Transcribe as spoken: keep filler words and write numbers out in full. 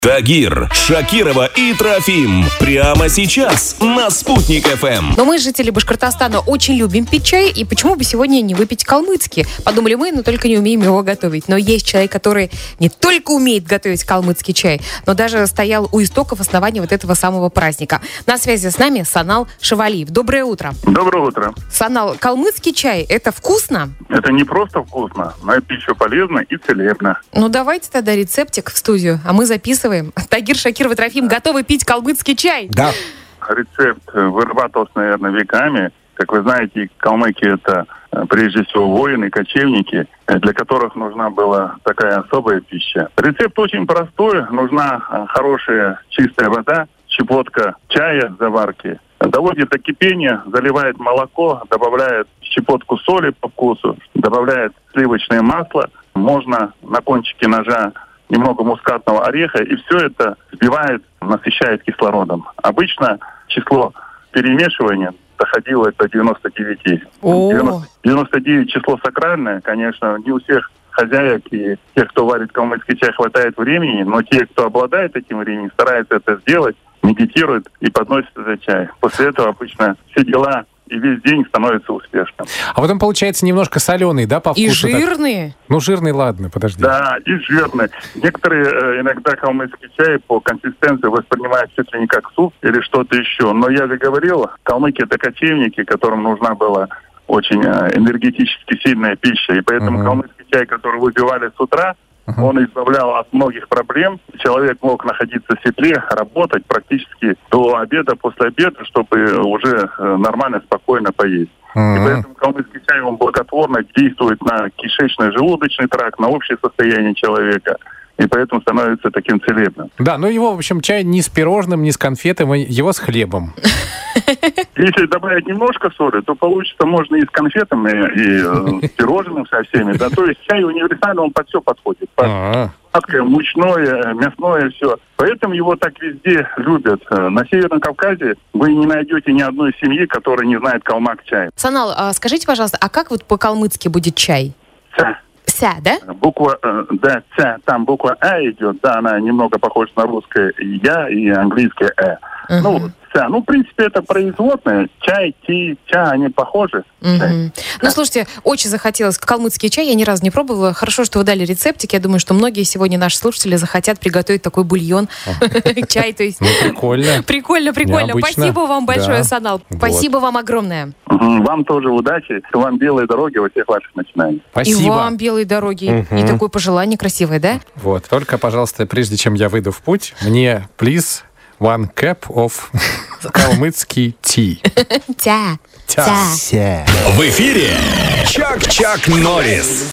Тагир, Шакирова и Трофим. Прямо сейчас на Спутник эф эм. Но мы, жители Башкортостана, очень любим пить чай, и почему бы сегодня не выпить калмыцкий? Подумали мы, но только не умеем его готовить. Но есть человек, который не только умеет готовить калмыцкий чай, но даже стоял у истоков основания вот этого самого праздника. На связи с нами Санал Шавалиев. Доброе утро. Доброе утро. Санал, калмыцкий чай – это вкусно? Это не просто вкусно, но это еще полезно и целебно. Ну, давайте тогда рецептик в студию, а мы записываем. Тагир, Шакирова, Трофим готовы пить калмыцкий чай? Да. Рецепт вырабатывался, наверное, веками. Как вы знаете, калмыки – это прежде всего воины, кочевники, для которых нужна была такая особая пища. Рецепт очень простой. Нужна хорошая чистая вода, щепотка чая заварки. Доводит до кипения, заливает молоко, добавляет щепотку соли по вкусу, добавляет сливочное масло. Можно на кончике ножа немного мускатного ореха, и все это взбивает, насыщает кислородом. Обычно число перемешивания доходило до девяноста девяти. девяносто, девяносто девять число сакральное, конечно, не у всех хозяек и тех, кто варит калмыцкий чай, хватает времени, но те, кто обладает этим временем, стараются это сделать, медитируют и подносят этот чай. После этого обычно все дела и весь день становится успешным. А потом получается немножко соленый, да, по вкусу? И жирный? Так? Ну, жирный, ладно, подожди. Да, и жирный. Некоторые э, иногда калмыцкий чай по консистенции воспринимают чуть ли не как суп или что-то еще. Но я же говорил, калмыки — это кочевники, которым нужна была очень э, энергетически сильная пища. И поэтому uh-huh. калмыцкий чай, который выпивали с утра, Uh-huh. он избавлял от многих проблем. Человек мог находиться в тепле, работать практически до обеда, после обеда, чтобы уже нормально, спокойно поесть. Uh-huh. И поэтому калмыцкий чай, он благотворно действует на кишечно-желудочный тракт, на общее состояние человека. И поэтому становится таким целебным. Да, ну его, в общем, чай не с пирожным, не с конфетами, его с хлебом. Если добавить немножко соли, то получится можно и с конфетами, и э, с пирожным со всеми. Да? То есть чай универсальный, он под все подходит. Под сладкое, мучное, мясное, все. Поэтому его так везде любят. На Северном Кавказе вы не найдете ни одной семьи, которая не знает калмак чай. Санал, а скажите, пожалуйста, а как вот по-калмыцки будет чай? Ся. Ся, да? Буква, э, да, ся, там буква А идет, да, она немного похожа на русское я и английское э. Uh-huh. Ну, вот, ся. Ну, в принципе, это производное. Чай, ти, ча, они похожи. Uh-huh. Ну, слушайте, очень захотелось калмыцкий чай, я ни разу не пробовала. Хорошо, что вы дали рецептик. Я думаю, что многие сегодня наши слушатели захотят приготовить такой бульон, чай, то есть... Ну, прикольно. Прикольно, прикольно. Спасибо вам большое, Санал. Спасибо вам огромное. Вам тоже удачи, вам белые дороги во всех ваших начинаниях. Спасибо. И вам белые дороги. И такое пожелание красивое, да? Вот, только, пожалуйста, прежде чем я выйду в путь, мне, please, one cup of калмыцкий tea. Тя. Тя. В эфире Чак-Чак Норрис.